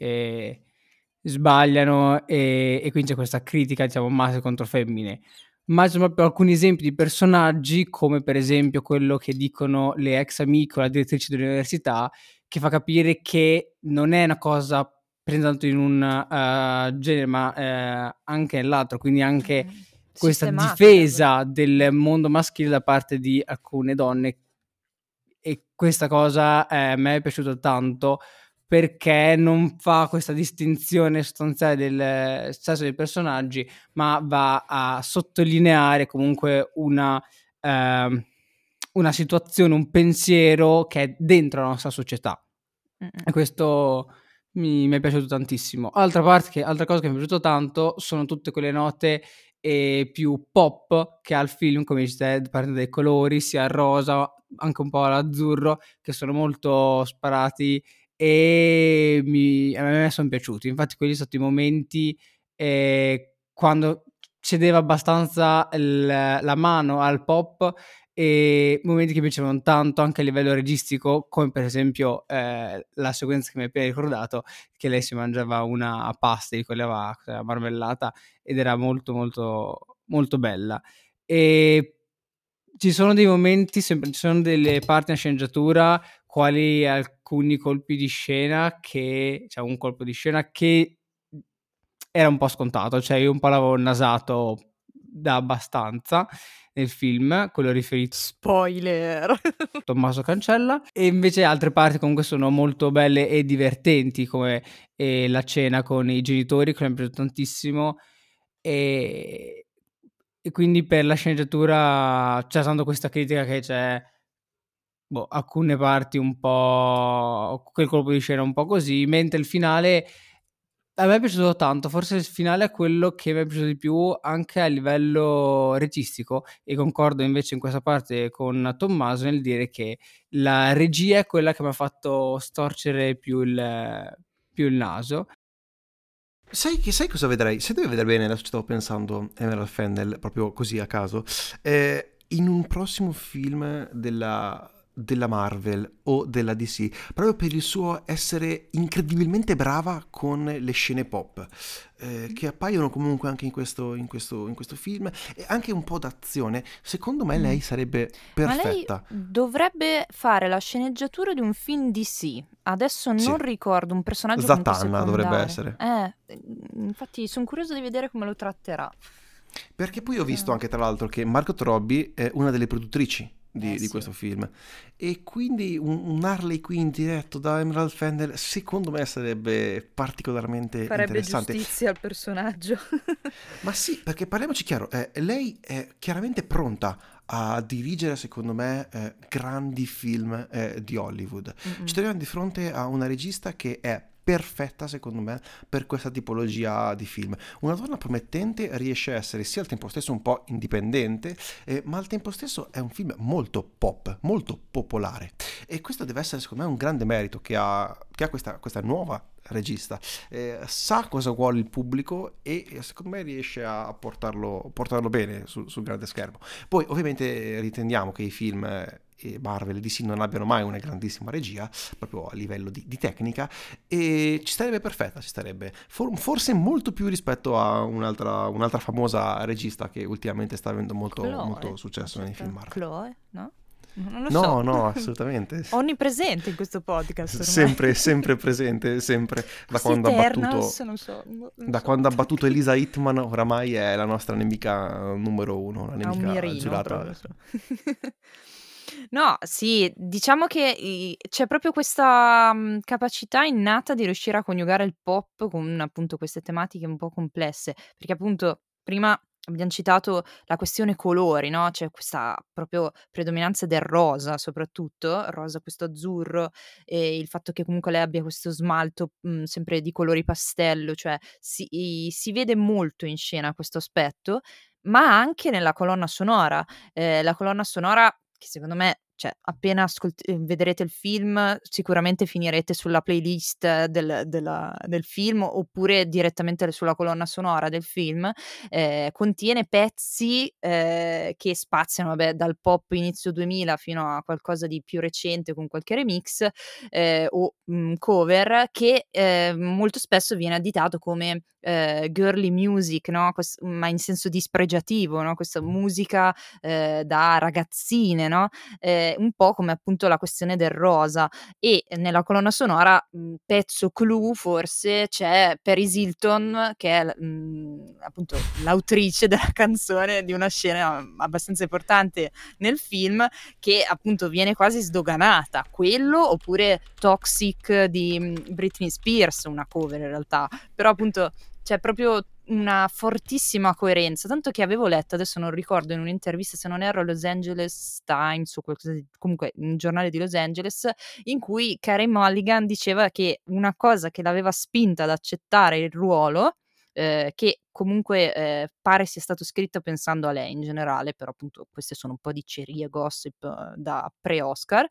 sbagliano, e quindi c'è questa critica, diciamo, maschio contro femmine. Ma ci sono proprio alcuni esempi di personaggi, come per esempio quello che dicono le ex amiche o la direttrice dell'università, che fa capire che non è una cosa presa tanto in un genere, ma anche nell'altro, quindi anche Mh-mh. questa Sistematica difesa del mondo maschile da parte di alcune donne. E questa cosa a me è piaciuta tanto, perché non fa questa distinzione sostanziale del sesso dei personaggi, ma va a sottolineare comunque ehm, una situazione, un pensiero che è dentro la nostra società. Mh-mh. E questo mi è piaciuto tantissimo. Altra cosa che mi è piaciuto tanto sono tutte quelle note più pop che ha il film, come dici te, partendo dai colori, sia il rosa, anche un po' l'azzurro, che sono molto sparati, e a me son piaciuti. Infatti quelli son stati i momenti quando cedeva abbastanza la mano al pop, momenti che mi piacevano tanto anche a livello registico, come per esempio la sequenza che mi hai appena ricordato, che lei si mangiava una pasta di quella cos'era, marmellata, ed era molto, molto, molto bella. E ci sono dei momenti, sempre ci sono delle parti in sceneggiatura, quali alcuni colpi di scena, che cioè un colpo di scena che era un po' scontato, cioè io un po' l'avevo nasato da abbastanza nel film, quello riferito Spoiler. Tommaso Cancella, e invece altre parti comunque sono molto belle e divertenti, come la cena con i genitori, che mi è piaciuto tantissimo, e quindi per la sceneggiatura c'è tanto questa critica che c'è, boh, alcune parti un po' quel colpo di scena un po' così, mentre il finale a me è piaciuto tanto. Forse il finale è quello che mi è piaciuto di più anche a livello registico, e concordo invece in questa parte con Tommaso nel dire che la regia è quella che m'ha fatto storcere più il naso. Sai cosa vedrei? Se devi vedere bene, adesso ci stavo pensando, Emerald Fennel, proprio così a caso, in un prossimo film della Marvel o della DC, proprio per il suo essere incredibilmente brava con le scene pop, che appaiono comunque anche in questo film, e anche un po' d'azione, secondo me Mh. lei sarebbe Ma lei perfetta. dovrebbe fare la sceneggiatura di un film DC. Adesso non Sì, ricordo un personaggio comunque Zatanna dovrebbe secondario. essere. Infatti son curiosa di vedere come lo tratterà. Perché poi ho visto Ehm, anche tra l'altro che Margot Robbie è una delle produttrici di sì, questo film, e quindi un Harley Quinn diretto da Emerald Fennell secondo me sarebbe particolarmente farebbe interessante. giustizia al personaggio. Ma sì, perché parliamoci chiaro, lei è chiaramente pronta a dirigere, secondo me, grandi film di Hollywood. Ci Mh-mh. troviamo di fronte a una regista che è perfetta, secondo me, per questa tipologia di film. Una donna promettente riesce a essere sia al tempo stesso un po' indipendente, ma al tempo stesso è un film molto pop, molto popolare. E questo deve essere, secondo me, un grande merito che ha questa nuova regista. Sa cosa vuole il pubblico, e secondo me riesce a portarlo bene sul grande schermo. Poi ovviamente riteniamo che i film e Marvel e DC non abbiano mai una grandissima regia proprio a livello di tecnica, e ci starebbe perfetta, ci starebbe forse molto più rispetto a un'altra famosa regista che ultimamente sta avendo molto, molto Chloe? successo nei film Aspetta, Marvel. Chloe? No? Non lo so. No, no, assolutamente. Onnipresente in questo podcast ormai. Sempre, sempre presente, sempre da Questi quando ha Eternals, battuto non so, non Da so. quando ha battuto Elisa Hitman, oramai è la nostra nemica numero uno, la Ha un nemica mirino giurata. proprio su. No, sì, diciamo che c'è proprio questa, capacità innata di riuscire a coniugare il pop con appunto queste tematiche un po' complesse, perché appunto prima abbiam citato la questione colori, no, c'è questa proprio predominanza del rosa soprattutto, rosa, questo azzurro, e il fatto che comunque lei abbia questo smalto, sempre di colori pastello, cioè si vede molto in scena questo aspetto, ma anche nella colonna sonora. La colonna sonora che secondo me cioè appena vedrete il film sicuramente finirete sulla playlist del film, oppure direttamente sulla colonna sonora del film. Contiene pezzi, che spaziano, vabbè, dal pop inizio 2000 fino a qualcosa di più recente con qualche remix, o, cover che, molto spesso viene additato come, girly music, no, ma in senso dispregiativo, no, questa musica, da ragazzine, no, un po' come appunto la questione del rosa. E nella colonna sonora, pezzo clou forse, c'è Paris Hilton che è appunto l'autrice della canzone di una scena abbastanza importante nel film, che appunto viene quasi sdoganata. Quello, oppure Toxic di Britney Spears, una cover in realtà, però appunto c'è proprio una fortissima coerenza, tanto che avevo letto, adesso non ricordo, in un'intervista, se non erro a Los Angeles Times o qualcosa di, comunque un giornale di Los Angeles, in cui Carey Mulligan diceva che una cosa che l'aveva spinta ad accettare il ruolo, che comunque pare sia stato scritto pensando a lei in generale, però appunto queste sono un po' dicerie, gossip da pre-Oscar,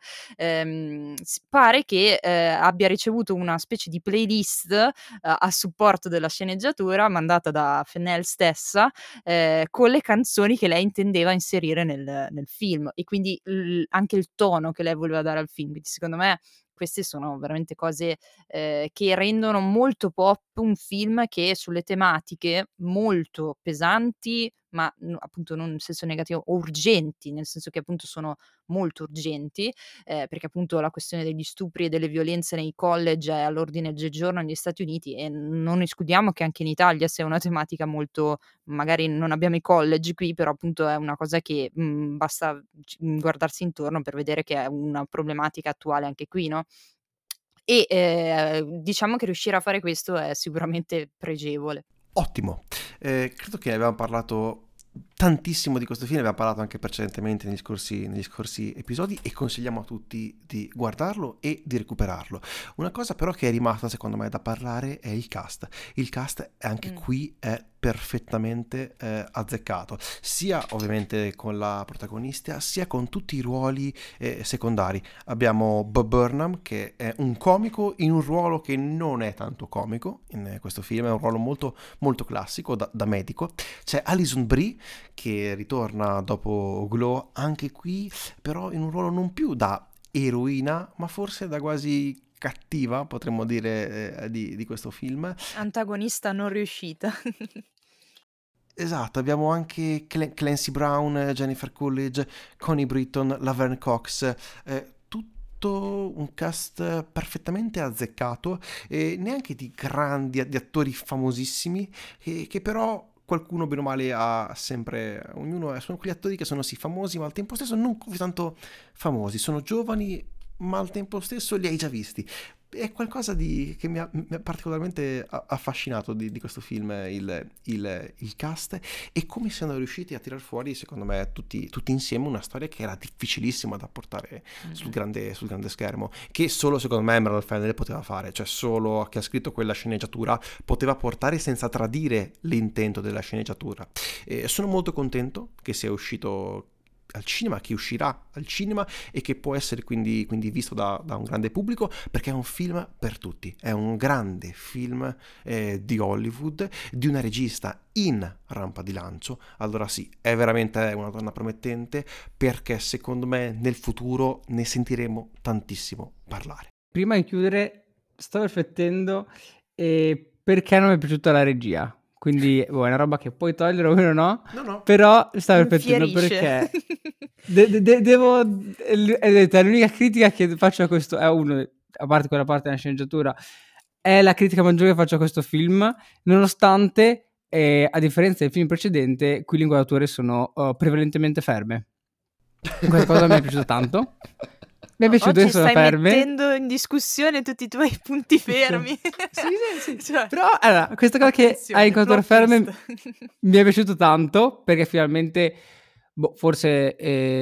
pare che abbia ricevuto una specie di playlist a supporto della sceneggiatura mandata da Fennell stessa, con le canzoni che lei intendeva inserire nel film, e quindi anche il tono che lei voleva dare al film. Quindi secondo me queste sono veramente cose che rendono molto pop un film che sulle tematiche molto pesanti, ma appunto non in senso negativo, o urgenti, nel senso che appunto sono molto urgenti, perché appunto la questione degli stupri e delle violenze nei college è all'ordine del giorno negli Stati Uniti, e non escludiamo che anche in Italia sia una tematica molto, magari non abbiamo i college qui, però appunto è una cosa che basta guardarsi intorno per vedere che è una problematica attuale anche qui, no? E diciamo che riuscire a fare questo è sicuramente pregevole. Ottimo. Credo che abbiamo parlato tantissimo di questo film, abbiamo parlato anche precedentemente negli scorsi episodi, e consigliamo a tutti di guardarlo e di recuperarlo. Una cosa però che è rimasta secondo me da parlare è il cast. Il cast anche qui è perfettamente azzeccato, sia ovviamente con la protagonista, sia con tutti i ruoli secondari. Abbiamo Bob Burnham, che è un comico in un ruolo che non è tanto comico in questo film, è un ruolo molto, molto classico da medico. C'è Alison Brie, che ritorna dopo Glow, anche qui però in un ruolo non più da eroina, ma forse da quasi cattiva, potremmo dire, di questo film. Antagonista non riuscita. Esatto, abbiamo anche Clancy Brown, Jennifer Coolidge, Connie Britton, Laverne Cox, tutto un cast perfettamente azzeccato, e neanche di grandi di attori famosissimi, che però qualcuno bene o male ha sempre, ognuno sono quegli attori che sono sì famosi, ma al tempo stesso non così tanto famosi, sono giovani ma al tempo stesso li hai già visti. È qualcosa che mi ha particolarmente affascinato di questo film, il cast, e come siano riusciti a tirar fuori, secondo me, tutti insieme una storia che era difficilissima da portare sul grande schermo, che solo secondo me Emerald Fennell poteva fare, cioè solo chi ha scritto quella sceneggiatura poteva portare senza tradire l'intento della sceneggiatura. Sono molto contento che sia uscito al cinema, che uscirà al cinema e che può essere quindi visto da un grande pubblico, perché è un film per tutti, è un grande film di Hollywood, di una regista in rampa di lancio. Allora sì, è veramente una donna promettente, perché secondo me nel futuro ne sentiremo tantissimo parlare. Prima di chiudere, sto riflettendo perché non mi è piaciuta la regia. Quindi è una roba che puoi togliere o meno, no. Però stavo riflettendo perché devo, è l'unica critica che faccio a questo, è a parte quella parte della sceneggiatura, è la critica maggiore che faccio a questo film, nonostante a differenza del film precedente qui le inquadrature sono prevalentemente ferme. Questa cosa mi è piaciuta tanto. Mi è piaciuto Oggi essere stai ferme. mettendo in discussione tutti i tuoi punti fermi. Sì. Cioè, però allora, questa cosa che hai inquadrature ferme mi è piaciuto tanto, perché finalmente forse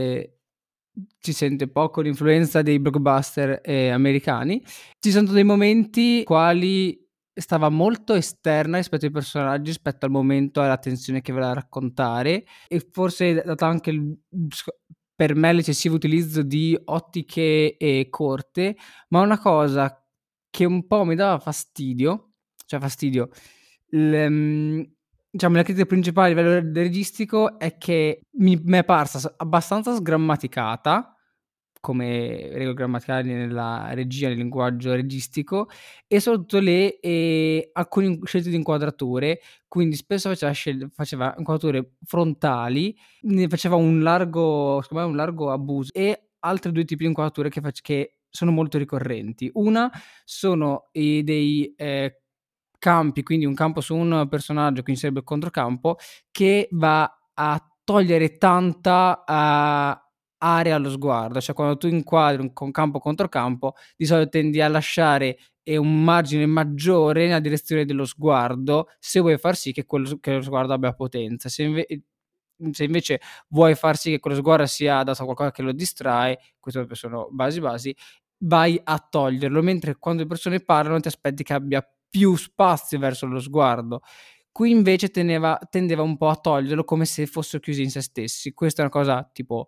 ci sente poco l'influenza dei blockbuster americani. Ci sono dei momenti quali stava molto esterna rispetto ai personaggi, rispetto al momento e alla tensione che voleva raccontare, e forse dato anche per me l'eccessivo utilizzo di ottiche corte, ma una cosa che un po' mi dava fastidio, diciamo la critica principale a livello registico è che m'è parsa abbastanza sgrammaticata, come regole grammaticali nella regia, nel linguaggio registico, e soprattutto alcune scelte di inquadrature, quindi spesso faceva inquadrature frontali, ne faceva secondo me un largo abuso, e altri 2 tipi di inquadrature che sono molto ricorrenti. Una sono dei campi, quindi un campo su un personaggio, quindi sarebbe il controcampo, che va a togliere tanta area allo sguardo. Cioè quando tu inquadri un campo contro campo, di solito tendi a lasciare un margine maggiore nella direzione dello sguardo, se vuoi far sì che lo sguardo abbia potenza. Se invece vuoi far sì che quello sguardo sia dato a qualcosa che lo distrae, queste sono basi, vai a toglierlo, mentre quando le persone parlano ti aspetti che abbia più spazio verso lo sguardo. Qui invece tendeva un po' a toglierlo, come se fossero chiusi in se stessi. Questa è una cosa tipo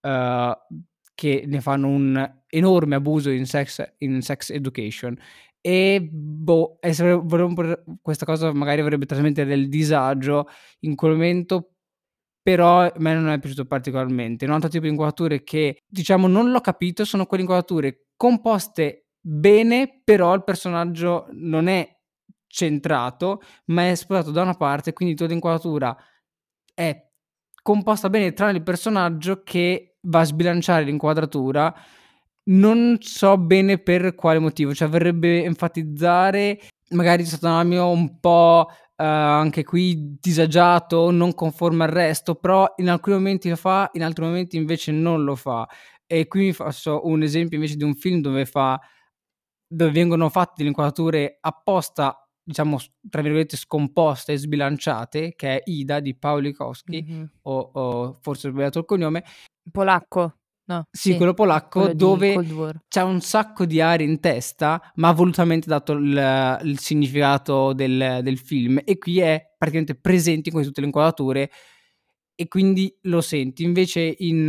che ne fanno un enorme abuso in sex education, e questa cosa magari avrebbe trasmettere del disagio in quel momento, però a me non è piaciuto particolarmente. Un altro tipo di inquadrature che, diciamo, non l'ho capito sono quelle inquadrature composte bene, però il personaggio non è centrato, ma è spostato da una parte, quindi tutta l'inquadratura è composta bene tranne il personaggio, che va a sbilanciare l'inquadratura. Non so bene per quale motivo, cioè vorrebbe enfatizzare magari Saturnino un po' anche qui disagiato, non conforme al resto, però in alcuni momenti lo fa, in altri momenti invece non lo fa. E qui vi faccio un esempio invece di un film dove vengono fatte delle inquadrature apposta, diciamo, tra virgolette, scomposte e sbilanciate, che è Ida di Pawlikowski, o forse ho sbagliato il cognome. Polacco? No, Sì, quello polacco, quello di dove Cold War. c'è un sacco di aria in testa, ma ha volutamente dato il significato del film, e qui è praticamente presente in quasi tutte le inquadrature, e quindi lo senti. Invece in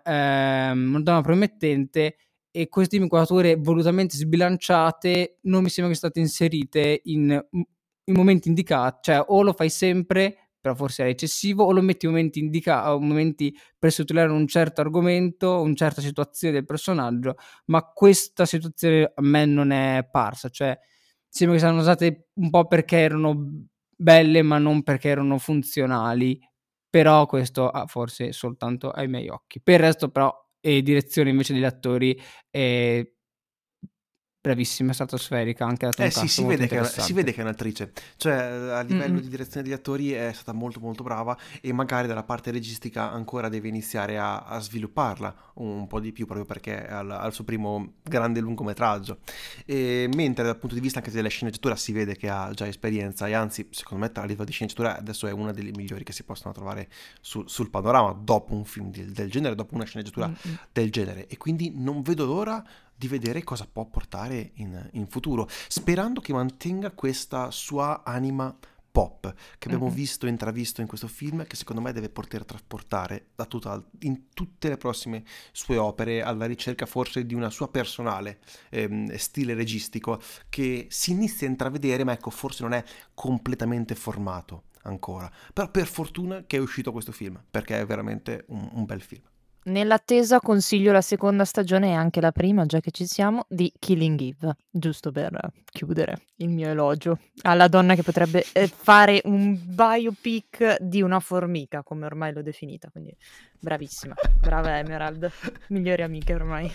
Lontano Promettente, e queste inquadrature volutamente sbilanciate non mi sembra che siano state inserite in momenti indicati, cioè o lo fai sempre, però forse è eccessivo, o lo metti in momenti per sottolineare un certo argomento, una certa situazione del personaggio, ma questa situazione a me non è parsa, cioè sembra che siano usate un po' perché erano belle, ma non perché erano funzionali, però questo forse soltanto ai miei occhi. Per il resto però, direzione invece degli attori è bravissima, stratosferica, anche dato un Sì, cast si molto vede che interessante. è un'attrice, cioè a livello di direzione degli attori è stata molto molto brava, e magari dalla parte registica ancora deve iniziare a svilupparla un po' di più, proprio perché è al suo primo grande lungometraggio, mentre dal punto di vista anche della sceneggiatura si vede che ha già esperienza, e anzi secondo me a livello di sceneggiatura adesso è una delle migliori che si possono trovare sul panorama dopo un film del genere, dopo una sceneggiatura del genere, e quindi non vedo l'ora di vedere cosa può portare in futuro, sperando che mantenga questa sua anima pop che abbiamo visto e intravisto in questo film, che secondo me deve poter trasportare in tutte le prossime sue opere, alla ricerca forse di una sua personale stile registico che si inizia a intravedere, ma ecco, forse non è completamente formato ancora, però per fortuna che è uscito questo film, perché è veramente un bel film. Nell'attesa consiglio la seconda stagione, e anche la prima, già che ci siamo, di Killing Eve, giusto per chiudere il mio elogio alla donna che potrebbe fare un biopic di una formica, come ormai l'ho definita, quindi bravissima, brava Emerald, migliori amiche ormai.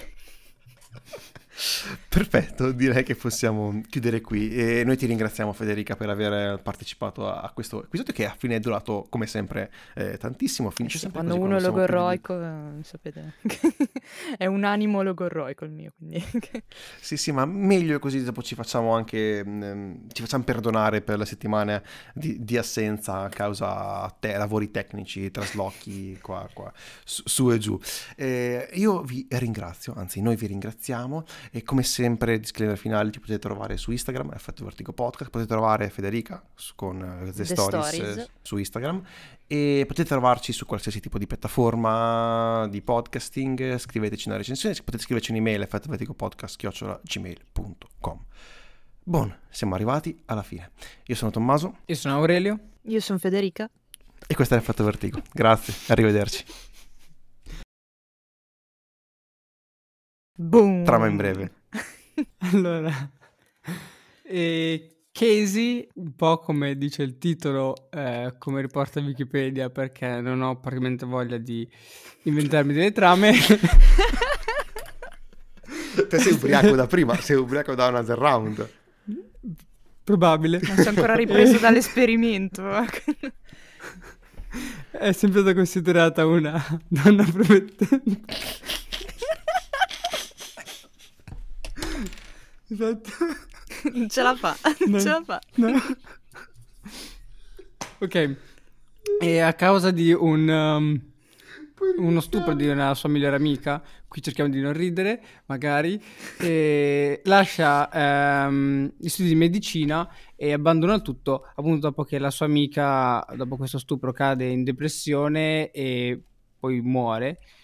Perfetto, direi che possiamo chiudere qui, e noi ti ringraziamo, Federica, per aver partecipato a questo episodio, che a fine è durato come sempre tantissimo, finisce sempre quando così, uno è siamo più di- logorroico, sapete, è un animo logorroico il mio, quindi Sì, ma meglio così, dopo ci facciamo anche ci facciamo perdonare per le settimane di assenza a causa lavori tecnici, traslochi qua su e giù. Io vi ringrazio, anzi noi vi ringraziamo, e come sempre sempre disclaimer finali, ci potete trovare su Instagram, Effetto Vertigo Podcast, potete trovare Federica con The Stories su Instagram, e potete trovarci su qualsiasi tipo di piattaforma di podcasting. Scriveteci una recensione, potete scriverci un'email, effettovertigopodcast@gmail.com. Buon, siamo arrivati alla fine. Io sono Tommaso. Io sono Aurelio. Io sono Federica. E questo è Effetto Vertigo. Grazie, arrivederci. Boom. Trama in breve. Allora, Casey, un po' come dice il titolo, come riporta Wikipedia, perché non ho praticamente voglia di inventarmi delle trame. Te sei ubriaco da prima, sei ubriaco da Another Round. Probabile. Non si è ancora ripreso dall'esperimento. È sempre stata considerata una donna promettente. Esatto. Non ce la fa, non ce la fa. No. Ok. E a causa di uno stupro di una sua migliore amica, qui cerchiamo di non ridere, magari, lascia gli studi di medicina e abbandona tutto, appunto dopo che la sua amica, dopo questo stupro, cade in depressione e poi muore.